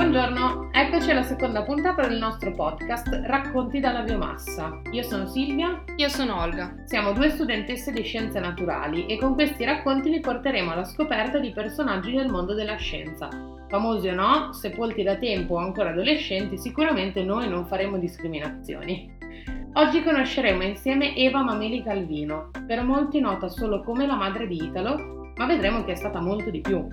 Buongiorno, eccoci alla seconda puntata del nostro podcast Racconti dalla biomassa. Io sono Silvia. Io sono Olga. Siamo due studentesse di scienze naturali e con questi racconti vi porteremo alla scoperta di personaggi del mondo della scienza. Famosi o no, sepolti da tempo o ancora adolescenti, sicuramente noi non faremo discriminazioni. Oggi conosceremo insieme Eva Mameli Calvino, per molti nota solo come la madre di Italo, ma vedremo che è stata molto di più.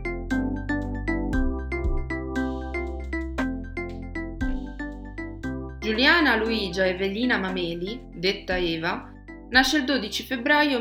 Giuliana Luigia Evelina Mameli, detta Eva, nasce il 12 febbraio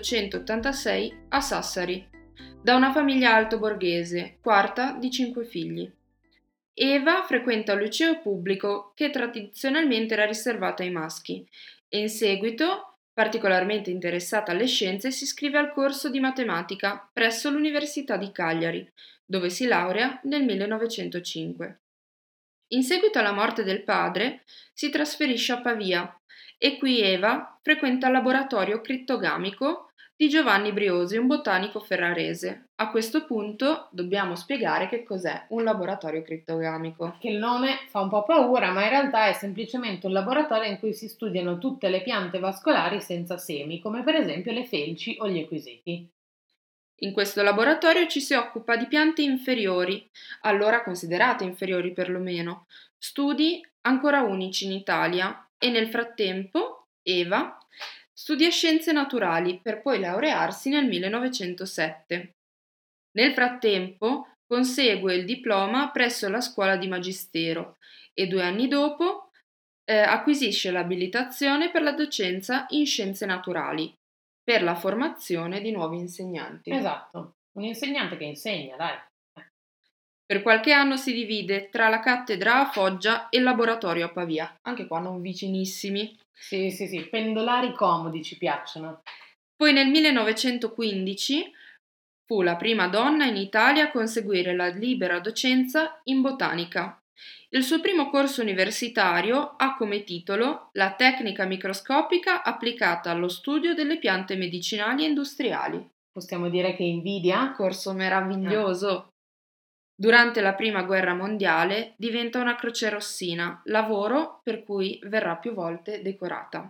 1886 a Sassari, da una famiglia altoborghese, quarta di 5 figli. Eva frequenta un liceo pubblico che tradizionalmente era riservato ai maschi e in seguito, particolarmente interessata alle scienze, si iscrive al corso di matematica presso l'Università di Cagliari, dove si laurea nel 1905. In seguito alla morte del padre, si trasferisce a Pavia e qui Eva frequenta il laboratorio crittogamico di Giovanni Briosi, un botanico ferrarese. A questo punto dobbiamo spiegare che cos'è un laboratorio crittogamico. Che il nome fa un po' paura, ma in realtà è semplicemente un laboratorio in cui si studiano tutte le piante vascolari senza semi, come per esempio le felci o gli equiseti. In questo laboratorio ci si occupa di piante inferiori, allora considerate inferiori perlomeno, studi ancora unici in Italia e nel frattempo Eva studia scienze naturali per poi laurearsi nel 1907. Nel frattempo consegue il diploma presso la scuola di magistero e 2 anni dopo acquisisce l'abilitazione per la docenza in scienze naturali, per la formazione di nuovi insegnanti. Esatto, un insegnante che insegna, dai. Per qualche anno si divide tra la cattedra a Foggia e il laboratorio a Pavia, anche qua non vicinissimi. Sì, pendolari comodi ci piacciono. Poi nel 1915 fu la prima donna in Italia a conseguire la libera docenza in botanica. Il suo primo corso universitario ha come titolo La tecnica microscopica applicata allo studio delle piante medicinali e industriali. Possiamo dire che invidia? Corso meraviglioso! Durante la Prima Guerra Mondiale diventa una crocerossina, lavoro per cui verrà più volte decorata.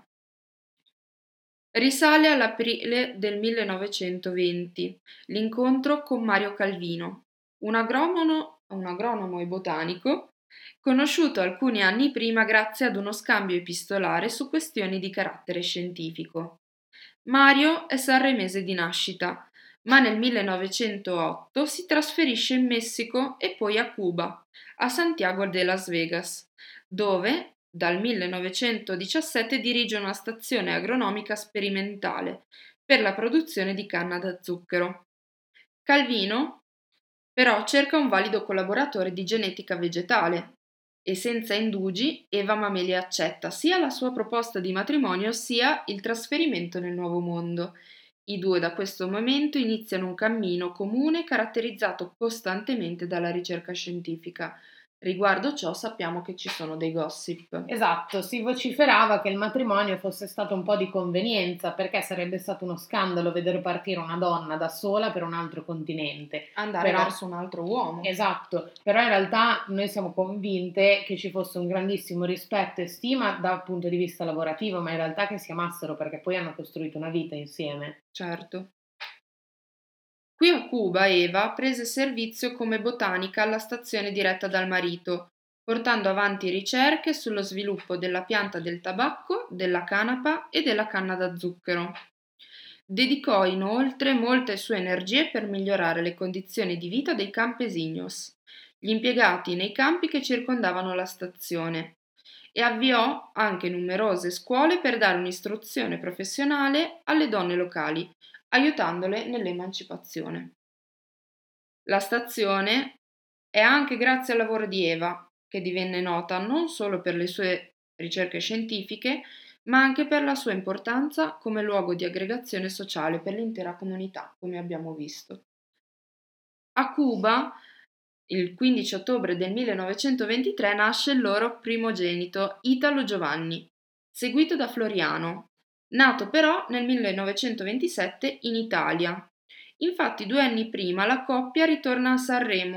Risale all'aprile del 1920 l'incontro con Mario Calvino, un agronomo e botanico conosciuto alcuni anni prima grazie ad uno scambio epistolare su questioni di carattere scientifico. Mario è sanremese di nascita, ma nel 1908 si trasferisce in Messico e poi a Cuba, a Santiago de Las Vegas, dove dal 1917 dirige una stazione agronomica sperimentale per la produzione di canna da zucchero. Calvino però cerca un valido collaboratore di genetica vegetale e senza indugi Eva Mameli accetta sia la sua proposta di matrimonio sia il trasferimento nel nuovo mondo. I due da questo momento iniziano un cammino comune caratterizzato costantemente dalla ricerca scientifica. Riguardo ciò sappiamo che ci sono dei gossip. Esatto, si vociferava che il matrimonio fosse stato un po' di convenienza, perché sarebbe stato uno scandalo vedere partire una donna da sola per un altro continente. Andare verso un altro uomo. Esatto, però in realtà noi siamo convinte che ci fosse un grandissimo rispetto e stima dal punto di vista lavorativo, ma in realtà che si amassero perché poi hanno costruito una vita insieme. Certo. Qui a Cuba Eva prese servizio come botanica alla stazione diretta dal marito, portando avanti ricerche sullo sviluppo della pianta del tabacco, della canapa e della canna da zucchero. Dedicò inoltre molte sue energie per migliorare le condizioni di vita dei campesinos, gli impiegati nei campi che circondavano la stazione, e avviò anche numerose scuole per dare un'istruzione professionale alle donne locali, aiutandole nell'emancipazione. La stazione è anche grazie al lavoro di Eva, che divenne nota non solo per le sue ricerche scientifiche, ma anche per la sua importanza come luogo di aggregazione sociale per l'intera comunità, come abbiamo visto. A Cuba, il 15 ottobre del 1923, nasce il loro primogenito, Italo Giovanni, seguito da Floriano, nato però nel 1927 in Italia. Infatti 2 anni prima la coppia ritorna a Sanremo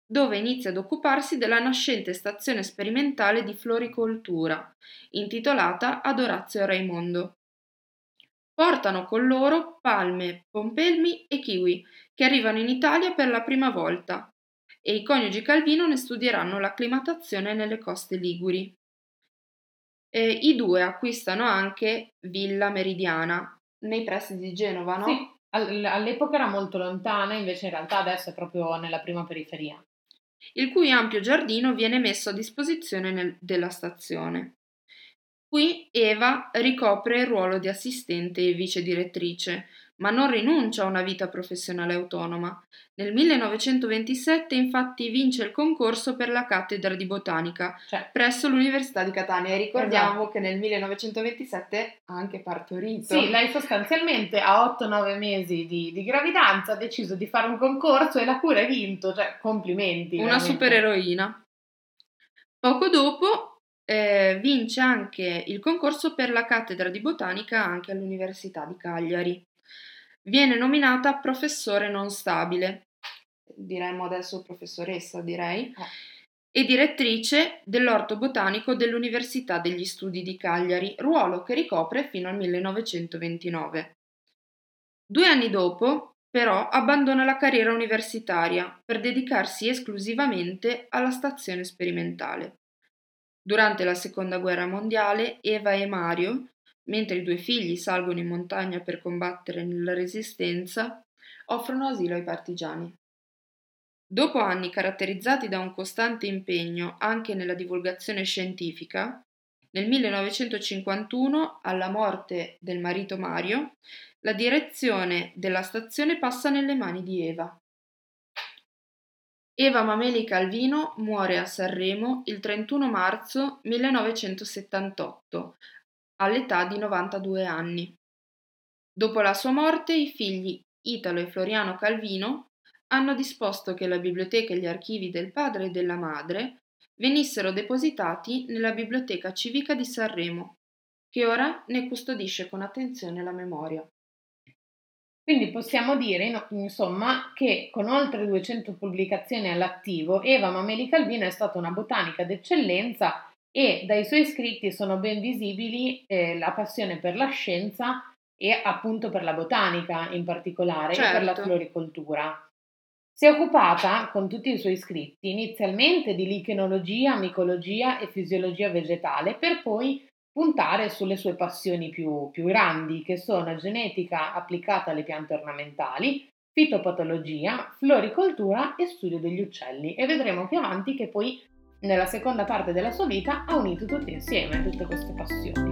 dove inizia ad occuparsi della nascente stazione sperimentale di floricoltura, intitolata ad Orazio Raimondo. Portano con loro palme, pompelmi e kiwi, che arrivano in Italia per la prima volta, e i coniugi Calvino ne studieranno l'acclimatazione nelle coste liguri. I due acquistano anche Villa Meridiana, nei pressi di Genova, no? Sì, all'epoca era molto lontana, invece in realtà adesso è proprio nella prima periferia. Il cui ampio giardino viene messo a disposizione della stazione. Qui Eva ricopre il ruolo di assistente e vice direttrice, ma non rinuncia a una vita professionale autonoma. Nel 1927 infatti vince il concorso per la cattedra di botanica presso l'Università di Catania, e ricordiamo che nel 1927 ha anche partorito. Sì, lei sostanzialmente a 8-9 mesi di gravidanza ha deciso di fare un concorso e l'ha pure vinto, cioè complimenti. Una supereroina. Poco dopo vince anche il concorso per la cattedra di botanica anche all'Università di Cagliari. Viene nominata professore non stabile, diremmo adesso professoressa, direi, e direttrice dell'orto botanico dell'Università degli Studi di Cagliari, ruolo che ricopre fino al 1929. 2 anni dopo, però, abbandona la carriera universitaria per dedicarsi esclusivamente alla stazione sperimentale. Durante la Seconda Guerra Mondiale, Eva e Mario, mentre i 2 figli salgono in montagna per combattere nella Resistenza, offrono asilo ai partigiani. Dopo anni caratterizzati da un costante impegno anche nella divulgazione scientifica, nel 1951, alla morte del marito Mario, la direzione della stazione passa nelle mani di Eva. Eva Mameli Calvino muore a Sanremo il 31 marzo 1978, all'età di 92 anni. Dopo la sua morte, i figli Italo e Floriano Calvino hanno disposto che la biblioteca e gli archivi del padre e della madre venissero depositati nella Biblioteca Civica di Sanremo, che ora ne custodisce con attenzione la memoria. Quindi possiamo dire, insomma, che con oltre 200 pubblicazioni all'attivo, Eva Mameli Calvino è stata una botanica d'eccellenza e dai suoi scritti sono ben visibili la passione per la scienza e appunto per la botanica in particolare, e per la floricoltura. Si è occupata, con tutti i suoi scritti, inizialmente di lichenologia, micologia e fisiologia vegetale, per poi puntare sulle sue passioni più grandi, che sono genetica applicata alle piante ornamentali, fitopatologia, floricoltura e studio degli uccelli. E vedremo più avanti che poi nella seconda parte della sua vita ha unito tutte insieme tutte queste passioni.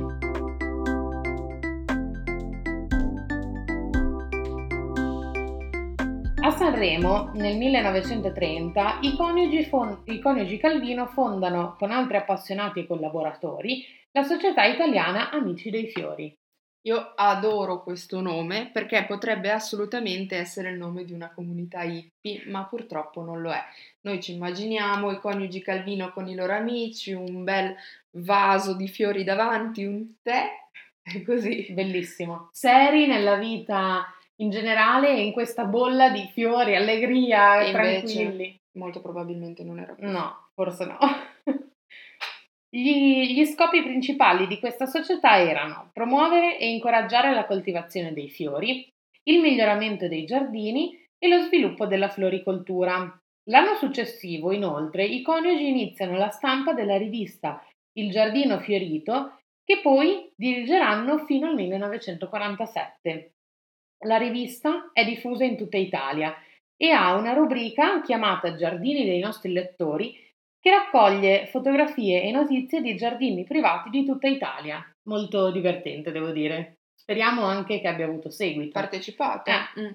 A Sanremo, nel 1930, i coniugi Calvino fondano, con altri appassionati e collaboratori, la Società Italiana Amici dei Fiori. Io adoro questo nome perché potrebbe assolutamente essere il nome di una comunità hippie, ma purtroppo non lo è. Noi ci immaginiamo i coniugi Calvino con i loro amici, un bel vaso di fiori davanti, un tè, e così. Bellissimo. Seri nella vita in generale e in questa bolla di fiori, allegria, e tranquilli. Invece, molto probabilmente non era così. No, forse no. Gli scopi principali di questa società erano promuovere e incoraggiare la coltivazione dei fiori, il miglioramento dei giardini e lo sviluppo della floricoltura. L'anno successivo, inoltre, i coniugi iniziano la stampa della rivista Il Giardino Fiorito, che poi dirigeranno fino al 1947. La rivista è diffusa in tutta Italia e ha una rubrica chiamata Giardini dei nostri lettori, che raccoglie fotografie e notizie di giardini privati di tutta Italia. Molto divertente, devo dire. Speriamo anche che abbia avuto seguito. Partecipato.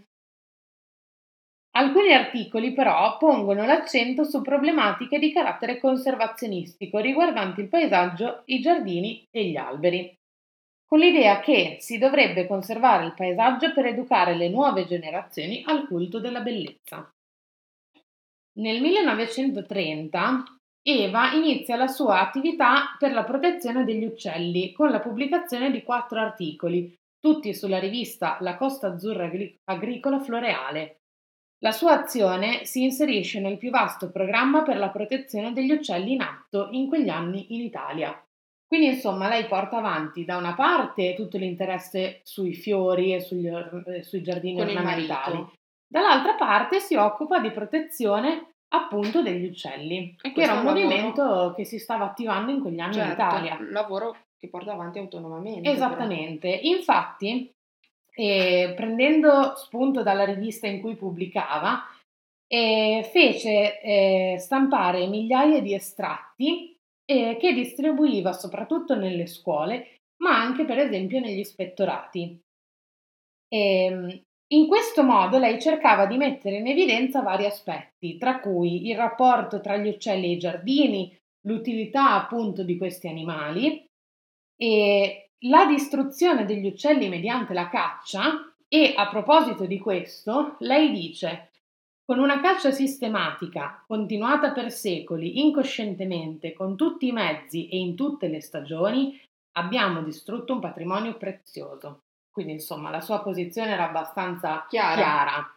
Alcuni articoli però pongono l'accento su problematiche di carattere conservazionistico riguardanti il paesaggio, i giardini e gli alberi, con l'idea che si dovrebbe conservare il paesaggio per educare le nuove generazioni al culto della bellezza. Nel 1930 Eva inizia la sua attività per la protezione degli uccelli con la pubblicazione di 4 articoli, tutti sulla rivista La Costa Azzurra Agricola Floreale. La sua azione si inserisce nel più vasto programma per la protezione degli uccelli in atto in quegli anni in Italia. Quindi, insomma, lei porta avanti da una parte tutto l'interesse sui fiori e sui giardini Con il ornamentali, marito. dall'altra parte si occupa di protezione appunto degli uccelli, E che era questo è un un lavoro, movimento che si stava attivando in quegli anni in certo, Italia. un lavoro che porta avanti autonomamente, però. Esattamente, infatti, prendendo spunto dalla rivista in cui pubblicava, fece stampare migliaia di estratti che distribuiva soprattutto nelle scuole, ma anche per esempio negli ispettorati. In questo modo lei cercava di mettere in evidenza vari aspetti, tra cui il rapporto tra gli uccelli e i giardini, l'utilità appunto di questi animali e la distruzione degli uccelli mediante la caccia. E a proposito di questo, lei dice: con una caccia sistematica, continuata per secoli, incoscientemente, con tutti i mezzi e in tutte le stagioni, abbiamo distrutto un patrimonio prezioso. Quindi, insomma, la sua posizione era abbastanza chiara.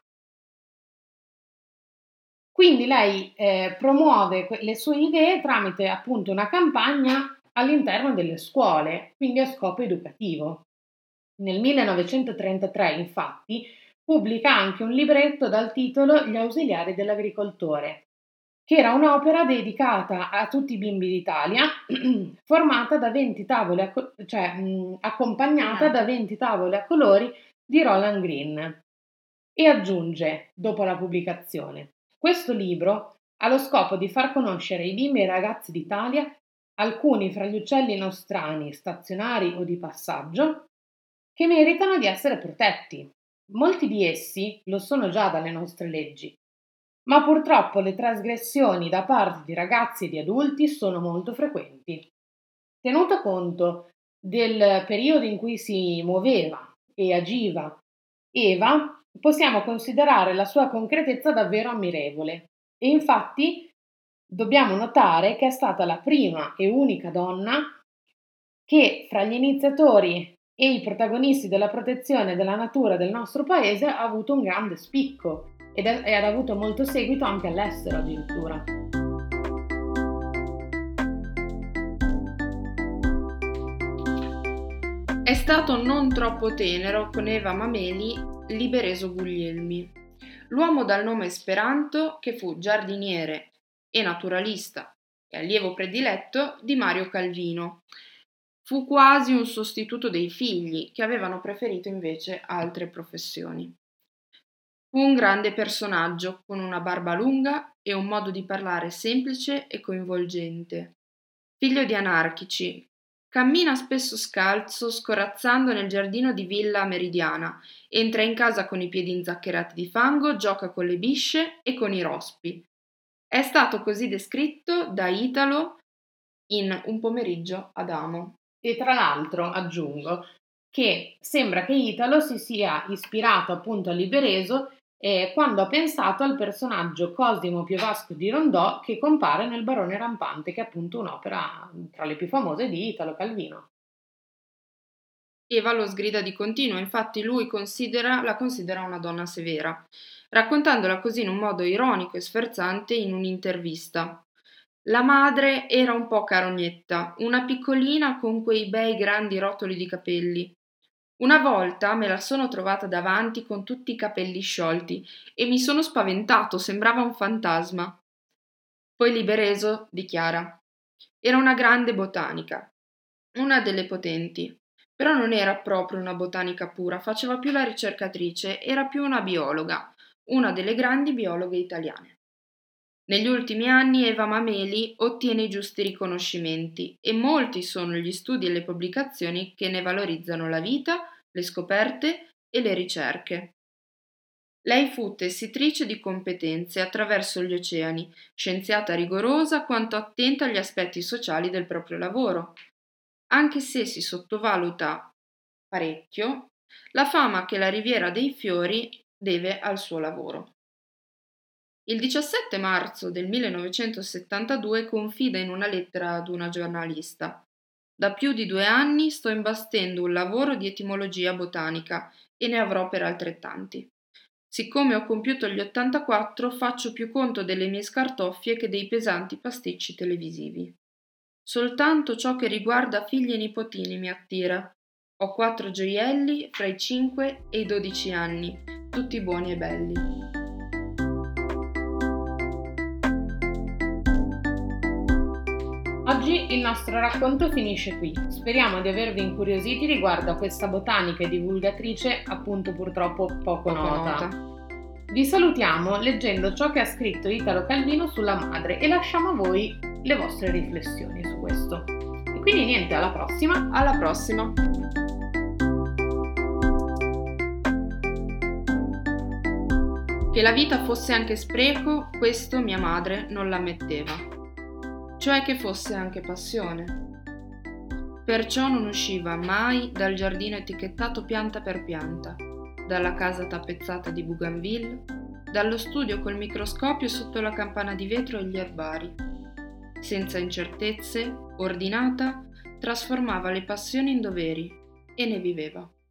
Quindi lei promuove le sue idee tramite appunto una campagna all'interno delle scuole, quindi a scopo educativo. Nel 1933, infatti, pubblica anche un libretto dal titolo Gli ausiliari dell'agricoltore, che era un'opera dedicata a tutti i bimbi d'Italia, formata da 20 tavole, accompagnata da 20 tavole a colori di Roland Green. E aggiunge, dopo la pubblicazione: questo libro ha lo scopo di far conoscere ai bimbi e ai ragazzi d'Italia alcuni fra gli uccelli nostrani, stazionari o di passaggio, che meritano di essere protetti. Molti di essi lo sono già dalle nostre leggi, ma purtroppo le trasgressioni da parte di ragazzi e di adulti sono molto frequenti. Tenuto conto del periodo in cui si muoveva e agiva Eva, possiamo considerare la sua concretezza davvero ammirevole. E infatti dobbiamo notare che è stata la prima e unica donna che fra gli iniziatori e i protagonisti della protezione della natura del nostro paese ha avuto un grande spicco ed ha avuto molto seguito anche all'estero addirittura. È stato non troppo tenero con Eva Mameli Libereso Guglielmi, l'uomo dal nome esperanto che fu giardiniere e naturalista e allievo prediletto di Mario Calvino. Fu quasi un sostituto dei figli, che avevano preferito invece altre professioni. Fu un grande personaggio, con una barba lunga e un modo di parlare semplice e coinvolgente. Figlio di anarchici, cammina spesso scalzo scorazzando nel giardino di Villa Meridiana, entra in casa con i piedi inzaccherati di fango, gioca con le bisce e con i rospi. È stato così descritto da Italo in Un pomeriggio ad Amo. E tra l'altro aggiungo che sembra che Italo si sia ispirato appunto a Libereso quando ha pensato al personaggio Cosimo Piovasco di Rondò che compare nel Barone Rampante, che è appunto un'opera tra le più famose di Italo Calvino. Eva lo sgrida di continuo, infatti lui la considera una donna severa, raccontandola così in un modo ironico e sferzante in un'intervista. La madre era un po' carognetta, una piccolina con quei bei grandi rotoli di capelli. Una volta me la sono trovata davanti con tutti i capelli sciolti e mi sono spaventato, sembrava un fantasma. Poi Libereso dichiara: era una grande botanica, una delle potenti, però non era proprio una botanica pura, faceva più la ricercatrice, era più una biologa, una delle grandi biologhe italiane. Negli ultimi anni Eva Mameli ottiene i giusti riconoscimenti e molti sono gli studi e le pubblicazioni che ne valorizzano la vita, le scoperte e le ricerche. Lei fu tessitrice di competenze attraverso gli oceani, scienziata rigorosa quanto attenta agli aspetti sociali del proprio lavoro. Anche se si sottovaluta parecchio la fama che la Riviera dei Fiori deve al suo lavoro. Il 17 marzo del 1972 confida in una lettera ad una giornalista: da più di 2 anni sto imbastendo un lavoro di etimologia botanica e ne avrò per altrettanti. Siccome ho compiuto gli 84, faccio più conto delle mie scartoffie che dei pesanti pasticci televisivi. Soltanto ciò che riguarda figli e nipotini mi attira. Ho 4 gioielli fra i 5 e i 12 anni, tutti buoni e belli. Oggi il nostro racconto finisce qui. Speriamo di avervi incuriositi riguardo a questa botanica e divulgatrice appunto purtroppo poco nota. Vi salutiamo leggendo ciò che ha scritto Italo Calvino sulla madre e lasciamo a voi le vostre riflessioni su questo. E quindi niente, alla prossima! Alla prossima! Che la vita fosse anche spreco, questo mia madre non l'ammetteva, cioè che fosse anche passione. Perciò non usciva mai dal giardino etichettato pianta per pianta, dalla casa tappezzata di bougainville, dallo studio col microscopio sotto la campana di vetro e gli erbari. Senza incertezze, ordinata, trasformava le passioni in doveri e ne viveva.